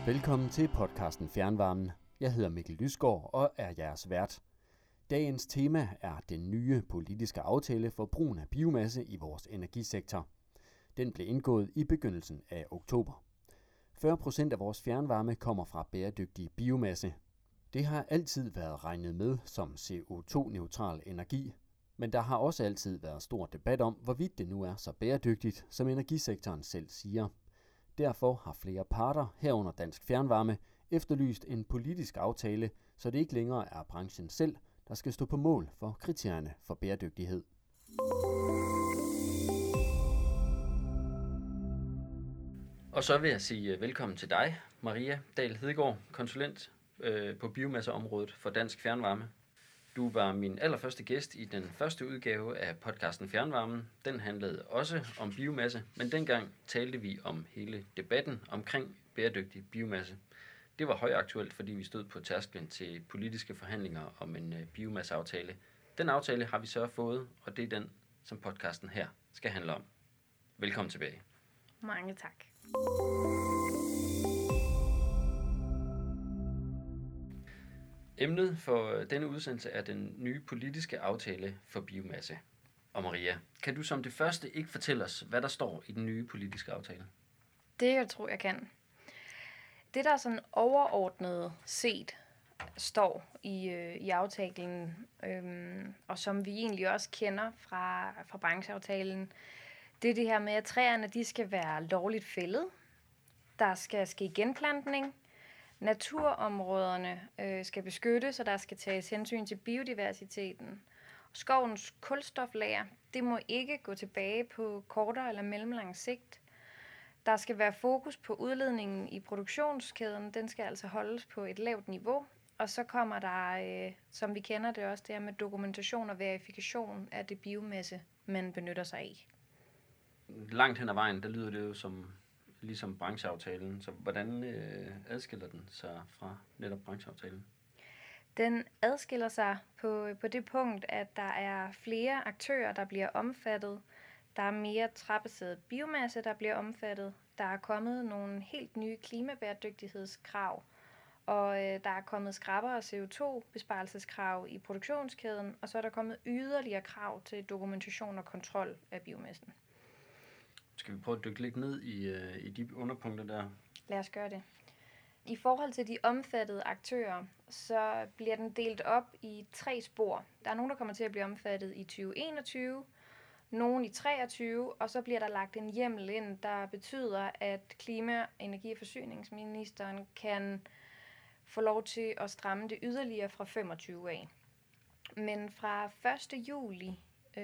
Velkommen til podcasten Fjernvarmen. Jeg hedder Mikkel Lysgaard og er jeres vært. Dagens tema er den nye politiske aftale for brugen af biomasse i vores energisektor. Den blev indgået i begyndelsen af oktober. 40% af vores fjernvarme kommer fra bæredygtig biomasse. Det har altid været regnet med som CO2-neutral energi, men der har også altid været stor debat om, hvorvidt det nu er så bæredygtigt, som energisektoren selv siger. Derfor har flere parter, herunder Dansk Fjernvarme, efterlyst en politisk aftale, så det ikke længere er branchen selv, der skal stå på mål for kriterierne for bæredygtighed. Og så vil jeg sige velkommen til dig, Maria Dahl Hedegaard, konsulent på biomasseområdet for Dansk Fjernvarme. Du var min allerførste gæst i den første udgave af podcasten Fjernvarmen. Den handlede også om biomasse, men dengang talte vi om hele debatten omkring bæredygtig biomasse. Det var højaktuelt, fordi vi stod på tærsklen til politiske forhandlinger om en biomasseaftale. Den aftale har vi så fået, og det er den, som podcasten her skal handle om. Velkommen tilbage. Mange tak. Emnet for denne udsendelse er den nye politiske aftale for biomasse. Og Maria, kan du som det første ikke fortælle os, hvad der står i den nye politiske aftale? Det jeg tror, jeg kan. Det, der sådan overordnet set står i aftalen, og som vi egentlig også kender fra brancheaftalen, det er det her med, at træerne de skal være lovligt fældet. Der skal ske genplantning. Naturområderne skal beskyttes, så der skal tages hensyn til biodiversiteten. Skovens kulstoflager, det må ikke gå tilbage på kortere eller mellemlang sigt. Der skal være fokus på udledningen i produktionskæden. Den skal altså holdes på et lavt niveau. Og så kommer der, som vi kender det også, det her med dokumentation og verifikation af det biomasse, man benytter sig af. Langt hen ad vejen, der lyder det jo som ligesom brancheaftalen. Så hvordan adskiller den sig fra netop brancheaftalen? Den adskiller sig på det punkt, at der er flere aktører, der bliver omfattet. Der er mere træbaseret biomasse, der bliver omfattet. Der er kommet nogle helt nye klimabæredygtighedskrav, og der er kommet skrappere CO2-besparelseskrav i produktionskæden, og så er der kommet yderligere krav til dokumentation og kontrol af biomassen. Skal vi prøve at dykke lidt ned i de underpunkter der? Lad os gøre det. I forhold til de omfattede aktører, så bliver den delt op i 3 spor. Der er nogen, der kommer til at blive omfattet i 2021, nogen i 2023, og så bliver der lagt en hjemmel ind, der betyder, at Klima-, Energi- og Forsyningsministeren kan få lov til at stramme det yderligere fra 25 af. Men fra 1. juli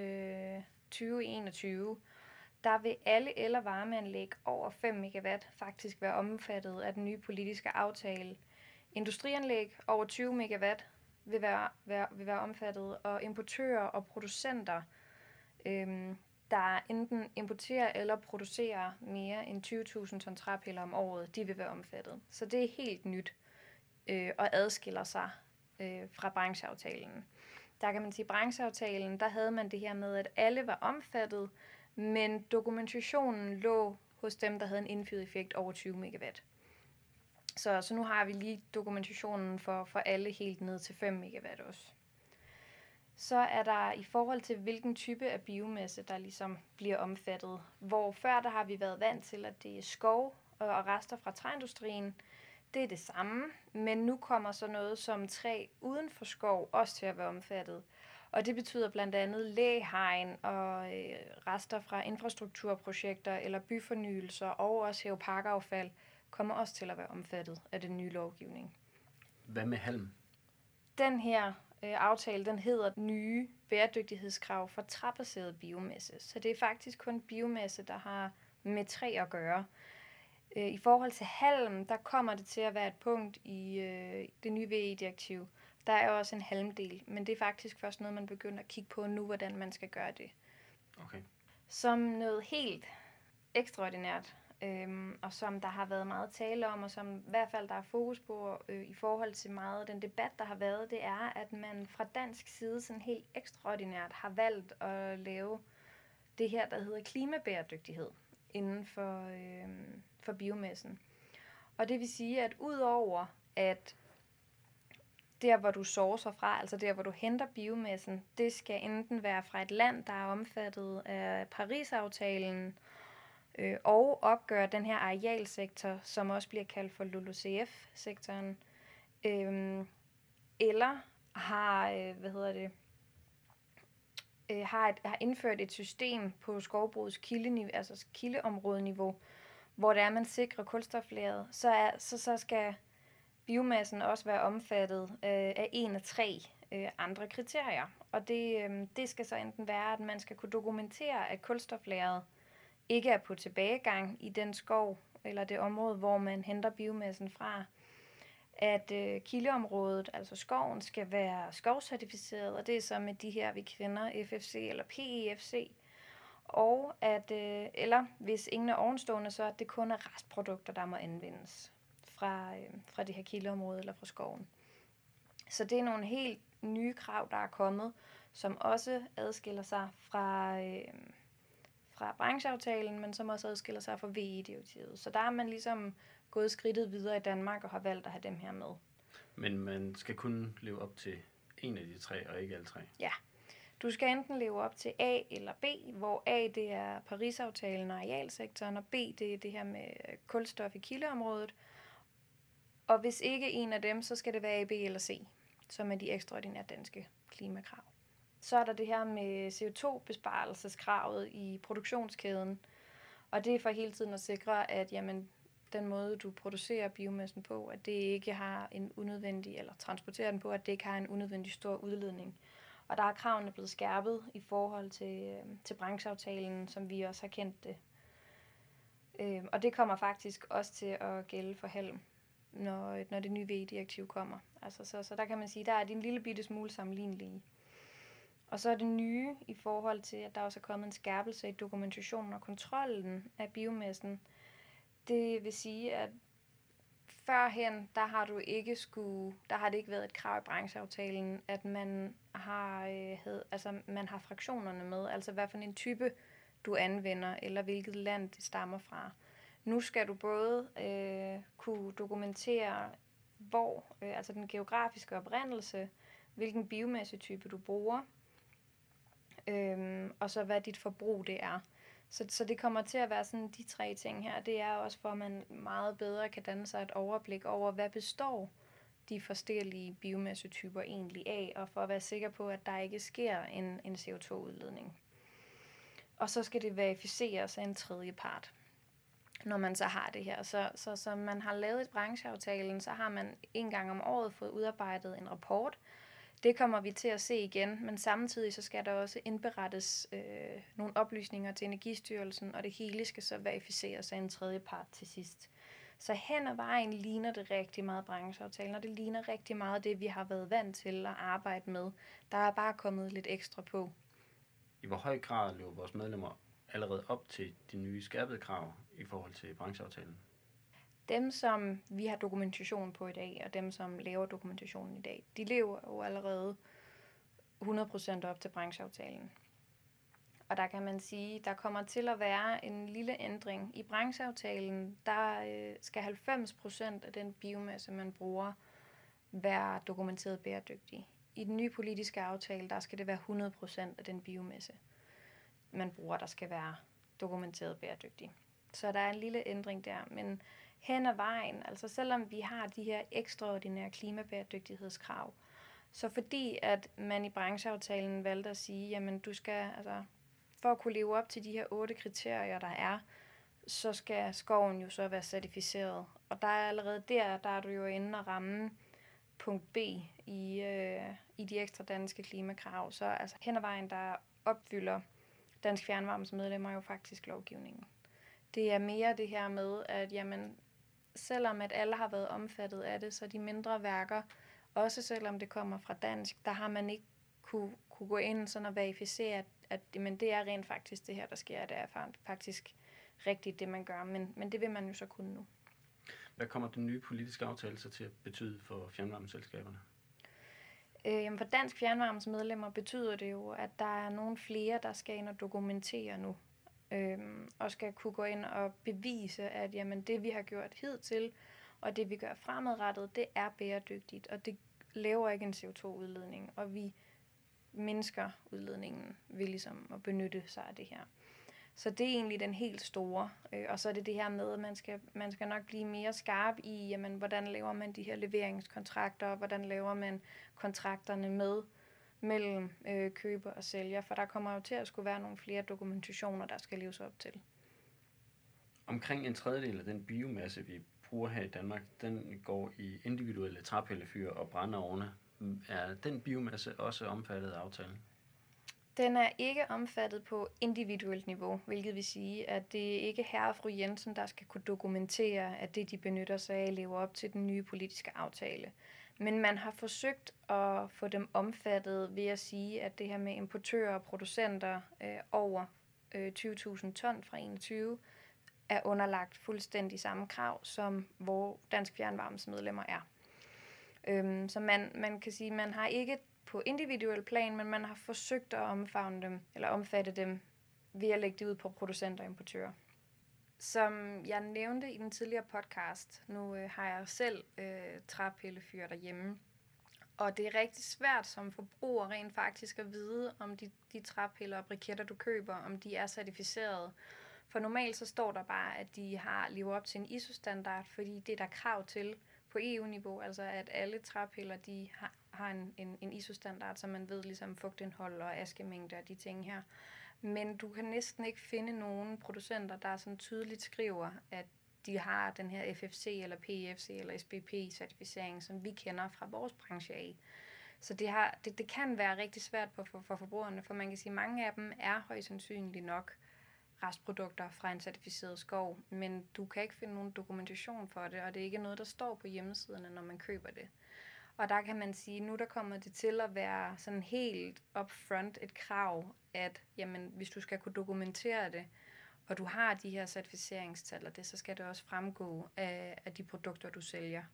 2021, der vil el- eller varmeanlæg over 5 MW faktisk være omfattet af den nye politiske aftale. Industrianlæg over 20 MW vil være omfattet, og importører og producenter, der enten importerer eller producerer mere end 20.000 ton træpiller om året, de vil være omfattet. Så det er helt nyt og adskiller sig fra brancheaftalen. Der kan man sige, at brancheaftalen, der havde man det her med, at alle var omfattet, men dokumentationen lå hos dem, der havde en indfødt effekt over 20 MW. Så nu har vi lige dokumentationen for alle helt ned til 5 MW også. Så er der i forhold til, hvilken type af biomasse, der ligesom bliver omfattet. Hvor før der har vi været vant til, at det er skov og rester fra træindustrien. Det er det samme, men nu kommer så noget som træ uden for skov også til at være omfattet. Og det betyder blandt andet læhegn og rester fra infrastrukturprojekter eller byfornyelser og også haveparkaffald kommer også til at være omfattet af den nye lovgivning. Hvad med halm? Den her aftale, den hedder nye bæredygtighedskrav for træbaseret biomasse. Så det er faktisk kun biomasse, der har med træ at gøre. I forhold til halm, der kommer det til at være et punkt i det nye VE-direktiv. Der er også en halmdel, men det er faktisk først noget, man begynder at kigge på nu, hvordan man skal gøre det. Okay. Som noget helt ekstraordinært, og som der har været meget tale om, og som i hvert fald der er fokus på i forhold til meget af den debat, der har været, det er, at man fra dansk side sådan helt ekstraordinært har valgt at lave det her, der hedder klimabæredygtighed inden for biomassen. Og det vil sige, at udover at der, hvor du sourcer fra, altså der, hvor du henter biomassen, det skal enten være fra et land, der er omfattet af Paris-aftalen, og opgøre den her arealsektor, som også bliver kaldt for LULUCF-sektoren, eller har, har indført et system på skovbrugets altså kildeområdeniveau, hvor det er, man sikrer kulstoflageret, så skal biomassen også være omfattet af en af 3 andre kriterier. Og det skal så enten være, at man skal kunne dokumentere, at kulstoflageret ikke er på tilbagegang i den skov eller det område, hvor man henter biomassen fra. At kildeområdet, altså skoven, skal være skovcertificeret, og det er så med de her, vi kender, FFC eller PEFC. Og at, eller hvis ingen er ovenstående, så at det kun er restprodukter, der må anvendes fra det her kildeområde eller fra skoven. Så det er nogle helt nye krav, der er kommet, som også adskiller sig fra brancheaftalen, men som også adskiller sig fra VE-direktivet. Så der er man ligesom gået skridtet videre i Danmark og har valgt at have dem her med. Men man skal kun leve op til en af de 3, og ikke alle 3? Ja. Du skal enten leve op til A eller B, hvor A det er Paris-aftalen og arealsektoren, og B det er det her med kulstof i kildeområdet. Og hvis ikke en af dem, så skal det være A, B eller C, som er de ekstraordinære danske klimakrav. Så er der det her med CO2-besparelseskravet i produktionskæden, og det er for hele tiden at sikre, at jamen, den måde, du producerer biomassen på, at det ikke har en unødvendig, eller transporterer den på, at det ikke har en unødvendig stor udledning. Og der er kravene blevet skærpet i forhold til brancheaftalen, som vi også har kendt det. Og det kommer faktisk også til at gælde for halm, når det nye VE-direktiv kommer. Altså, så der kan man sige, der er det en lille bitte smule sammenlignelige. Og så er det nye i forhold til, at der også er kommet en skærpelse i dokumentationen og kontrollen af biomassen. Det vil sige, at førhen, der har det ikke været et krav i brancheaftalen, at man har fraktionerne med, altså hvad for en type du anvender, eller hvilket land det stammer fra. Nu skal du både kunne dokumentere, altså den geografiske oprindelse, hvilken biomassetype du bruger, og så hvad dit forbrug det er. Så det kommer til at være sådan de 3 ting her. Det er også for, at man meget bedre kan danne sig et overblik over, hvad består de forskellige biomassetyper egentlig af, og for at være sikker på, at der ikke sker en CO2-udledning. Og så skal det verificeres af en tredje part, når man så har det her. Så man har lavet et brancheaftalen, så har man en gang om året fået udarbejdet en rapport. Det kommer vi til at se igen, men samtidig så skal der også indberettes nogle oplysninger til Energistyrelsen, og det hele skal så verificeres af en tredje part til sidst. Så hen ad vejen ligner det rigtig meget brancheaftalen, og det ligner rigtig meget det, vi har været vant til at arbejde med. Der er bare kommet lidt ekstra på. I hvor høj grad lever vores medlemmer allerede op til de nye skærpede krav i forhold til brancheaftalen? Dem, som vi har dokumentation på i dag, og dem, som laver dokumentationen i dag, de lever jo allerede 100% op til brancheaftalen. Og der kan man sige, der kommer til at være en lille ændring. I brancheaftalen, der skal 90% af den biomasse, man bruger, være dokumenteret bæredygtig. I den nye politiske aftale, der skal det være 100% af den biomasse, man bruger, der skal være dokumenteret bæredygtig. Så der er en lille ændring der, men hen ad vejen, altså selvom vi har de her ekstraordinære klimabæredygtighedskrav, så fordi at man i brancheaftalen valgte at sige, jamen du skal, altså for at kunne leve op til de her 8 kriterier, der er, så skal skoven jo så være certificeret. Og der er allerede der er du jo inde og ramme punkt B i de ekstra danske klimakrav. Så altså hen ad vejen, der opfylder Dansk Fjernvarmes medlemmer jo faktisk lovgivningen. Det er mere det her med, at jamen, selvom at alle har været omfattet af det, så de mindre værker, også selvom det kommer fra dansk, der har man ikke kunne gå ind sådan og verificere, at men det er rent faktisk det her, der sker. Det er faktisk rigtigt, det man gør, men det vil man jo så kunne nu. Hvad kommer den nye politiske aftale så til at betyde for fjernvarmeselskaberne? For Dansk Fjernvarmes medlemmer betyder det jo, at der er nogle flere, der skal ind og dokumentere nu. Og skal kunne gå ind og bevise, at jamen, det vi har gjort hidtil, og det vi gør fremadrettet, det er bæredygtigt, og det laver ikke en CO2-udledning, og vi mindsker udledningen ved ligesom at benytte sig af det her. Så det er egentlig den helt store. Og så er det her med, at man skal nok blive mere skarp i, jamen, hvordan laver man de her leveringskontrakter, hvordan laver man kontrakterne mellem køber og sælger, for der kommer jo til at skulle være nogle flere dokumentationer, der skal leves op til. Omkring en tredjedel af den biomasse, vi bruger her i Danmark, den går i individuelle træpillefyr og brændeovne. Er den biomasse også omfattet af aftalen? Den er ikke omfattet på individuelt niveau, hvilket vil sige, at det ikke er herre og fru Jensen, der skal kunne dokumentere, at det, de benytter sig af, lever op til den nye politiske aftale. Men man har forsøgt at få dem omfattet ved at sige, at det her med importører og producenter over 20.000 ton fra 21 er underlagt fuldstændig samme krav, som hvor Dansk Fjernvarmes medlemmer er. Så man kan sige, at man har ikke på individuel plan, men man har forsøgt at omfatte dem ved at lægge det ud på producenter og importører. Som jeg nævnte i den tidligere podcast, nu har jeg selv træpillefyr derhjemme, og det er rigtig svært som forbruger rent faktisk at vide, om de træpiller og briketter, du køber, om de er certificeret. For normalt så står der bare, at de lever op til en ISO-standard, fordi det er der krav til på EU-niveau, altså at alle træpiller, de har en ISO-standard, så man ved ligesom fugtindhold og askemængde og de ting her. Men du kan næsten ikke finde nogen producenter, der sådan tydeligt skriver, at de har den her FFC eller PEFC eller SBP-certificering, som vi kender fra vores branche af. Så det kan være rigtig svært for forbrugerne, for man kan sige, at mange af dem er højst sandsynligt nok restprodukter fra en certificeret skov, men du kan ikke finde nogen dokumentation for det, og det er ikke noget, der står på hjemmesiderne, når man køber det. Og der kan man sige, nu der kommer det til at være sådan helt upfront et krav, at jamen, hvis du skal kunne dokumentere det, og du har de her certificeringstal, og det, så skal det også fremgå af de produkter, du sælger.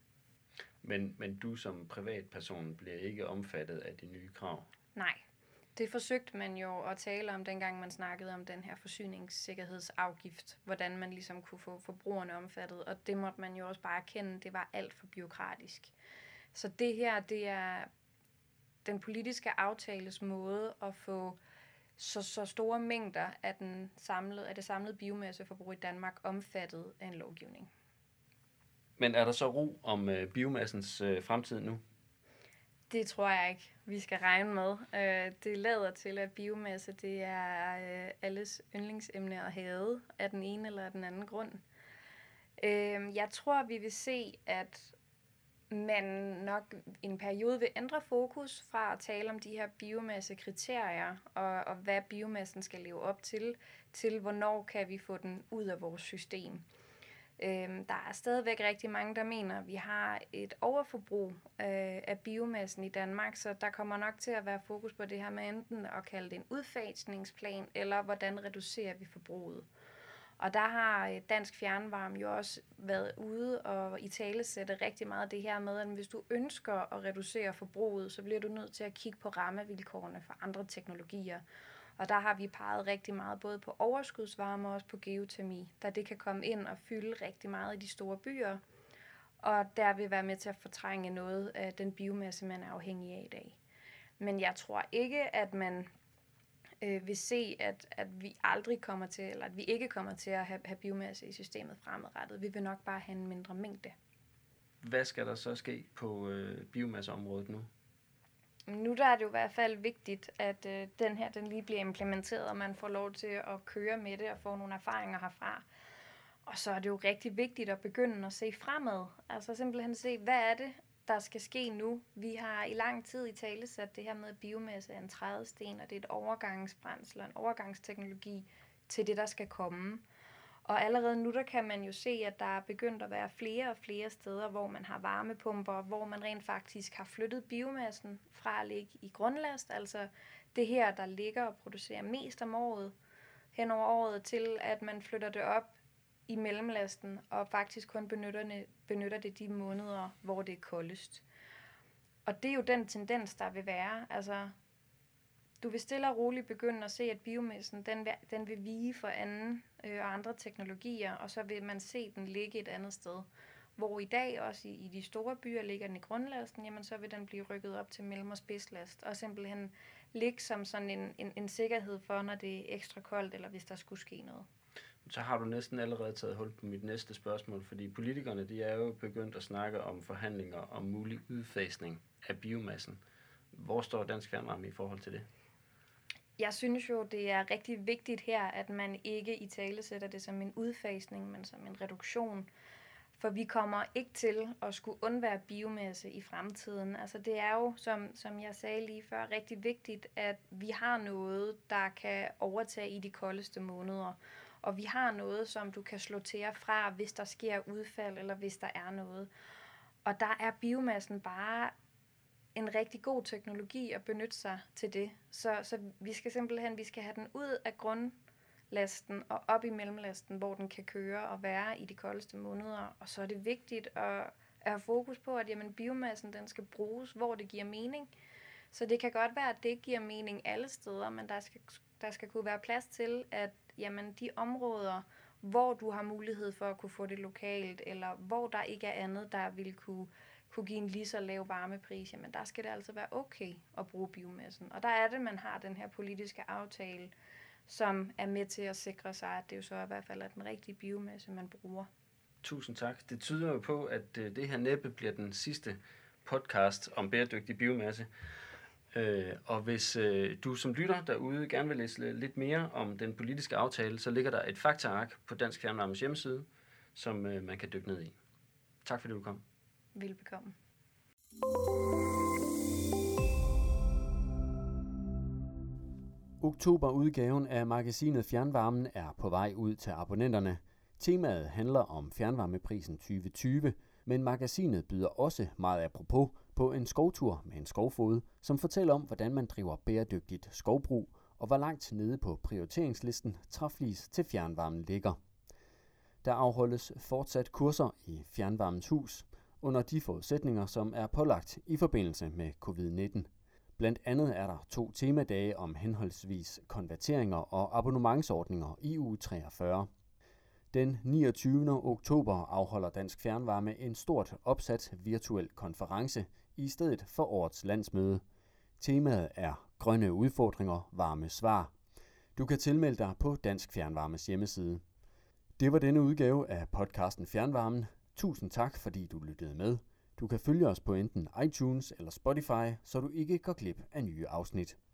Men du som privatperson bliver ikke omfattet af de nye krav? Nej. Det forsøgte man jo at tale om, dengang man snakkede om den her forsyningssikkerhedsafgift, hvordan man ligesom kunne få forbrugerne omfattet, og det måtte man jo også bare erkende, det var alt for bureaukratisk. Så det her, det er den politiske aftales måde at få så store mængder af det samlede biomasseforbrug i Danmark omfattet af en lovgivning. Men er der så ro om biomassens fremtid nu? Det tror jeg ikke, vi skal regne med. Det lader til, at biomasse det er alles yndlingsemne at have af den ene eller den anden grund. Jeg tror, vi vil se, at man nok en periode vil ændre fokus fra at tale om de her biomassekriterier og hvad biomassen skal leve op til hvornår kan vi få den ud af vores system. Der er stadigvæk rigtig mange, der mener, at vi har et overforbrug af biomassen i Danmark, så der kommer nok til at være fokus på det her med enten at kalde det en udfasningsplan, eller hvordan reducerer vi forbruget. Og der har Dansk Fjernvarme jo også været ude og italesætte rigtig meget det her med, at hvis du ønsker at reducere forbruget, så bliver du nødt til at kigge på rammevilkårene for andre teknologier. Og der har vi peget rigtig meget både på overskudsvarme og også på geotermi, da det kan komme ind og fylde rigtig meget i de store byer, og der vil være med til at fortrænge noget af den biomasse, man er afhængig af i dag. Men jeg tror ikke, at man vil se, at vi aldrig kommer til, eller at vi ikke kommer til at have biomasse i systemet fremadrettet. Vi vil nok bare have en mindre mængde. Hvad skal der så ske på biomasseområdet nu? Nu der er det jo i hvert fald vigtigt, at den lige bliver implementeret, og man får lov til at køre med det og få nogle erfaringer herfra. Og så er det jo rigtig vigtigt at begynde at se fremad. Altså simpelthen se, hvad er det, der skal ske nu? Vi har i lang tid italesat det her med, at biomasse er en trædesten, og det er et overgangsbrændsel og en overgangsteknologi til det, der skal komme. Og allerede nu, der kan man jo se, at der er begyndt at være flere og flere steder, hvor man har varmepumper, hvor man rent faktisk har flyttet biomassen fra at ligge i grundlast, altså det her, der ligger og producerer mest om året, hen over året, til at man flytter det op i mellemlasten, og faktisk kun benytter det de måneder, hvor det er koldest. Og det er jo den tendens, der vil være. Altså, du vil stille og roligt begynde at se, at biomassen, den vil vige for og andre teknologier, og så vil man se den ligge et andet sted. hvor i dag også i de store byer ligger den i grundlasten, jamen så vil den blive rykket op til mellem- og spidslast, og simpelthen ligge som sådan en sikkerhed for, når det er ekstra koldt, eller hvis der skulle ske noget. Så har du næsten allerede taget hul på mit næste spørgsmål, fordi politikerne de er jo begyndt at snakke om forhandlinger om mulig udfasning af biomassen. Hvor står Dansk Fjernvarme i forhold til det? Jeg synes jo, det er rigtig vigtigt her, at man ikke italesætter det som en udfasning, men som en reduktion. For vi kommer ikke til at skulle undvære biomasse i fremtiden. Altså det er jo, som jeg sagde lige før, rigtig vigtigt, at vi har noget, der kan overtage i de koldeste måneder. Og vi har noget, som du kan slå til fra, hvis der sker udfald, eller hvis der er noget. Og der er biomassen bare en rigtig god teknologi at benytte sig til det. Så vi skal simpelthen have den ud af grundlasten og op i mellemlasten, hvor den kan køre og være i de koldeste måneder. Og så er det vigtigt at have fokus på, at jamen, biomassen den skal bruges, hvor det giver mening. Så det kan godt være, at det ikke giver mening alle steder, men der skal kunne være plads til, at jamen, de områder, hvor du har mulighed for at kunne få det lokalt, eller hvor der ikke er andet, der vil kunne give en lige så lav varmepris, jamen der skal det altså være okay at bruge biomassen. Og der er det, man har den her politiske aftale, som er med til at sikre sig, at det jo så i hvert fald er den rigtige biomasse, man bruger. Tusind tak. Det tyder jo på, at det her næppe bliver den sidste podcast om bæredygtig biomasse. Og hvis du som lytter derude gerne vil læse lidt mere om den politiske aftale, så ligger der et faktaark på Dansk Fjernvarmes hjemmeside, som man kan dykke ned i. Tak fordi du kom. Velbekomme. Oktoberudgaven af magasinet Fjernvarmen er på vej ud til abonnenterne. Temaet handler om fjernvarmeprisen 2020, men magasinet byder også meget apropos på en skovtur med en skovfod, som fortæller om, hvordan man driver bæredygtigt skovbrug, og hvor langt nede på prioriteringslisten træflis til fjernvarmen ligger. Der afholdes fortsat kurser i Fjernvarmens Hus, under de forudsætninger, som er pålagt i forbindelse med covid-19. Blandt andet er der 2 temadage om henholdsvis konverteringer og abonnementsordninger i uge 43. Den 29. oktober afholder Dansk Fjernvarme en stort opsat virtuel konference i stedet for årets landsmøde. Temaet er grønne udfordringer, varme svar. Du kan tilmelde dig på Dansk Fjernvarmes hjemmeside. Det var denne udgave af podcasten Fjernvarmen. Tusind tak, fordi du lyttede med. Du kan følge os på enten iTunes eller Spotify, så du ikke går glip af nye afsnit.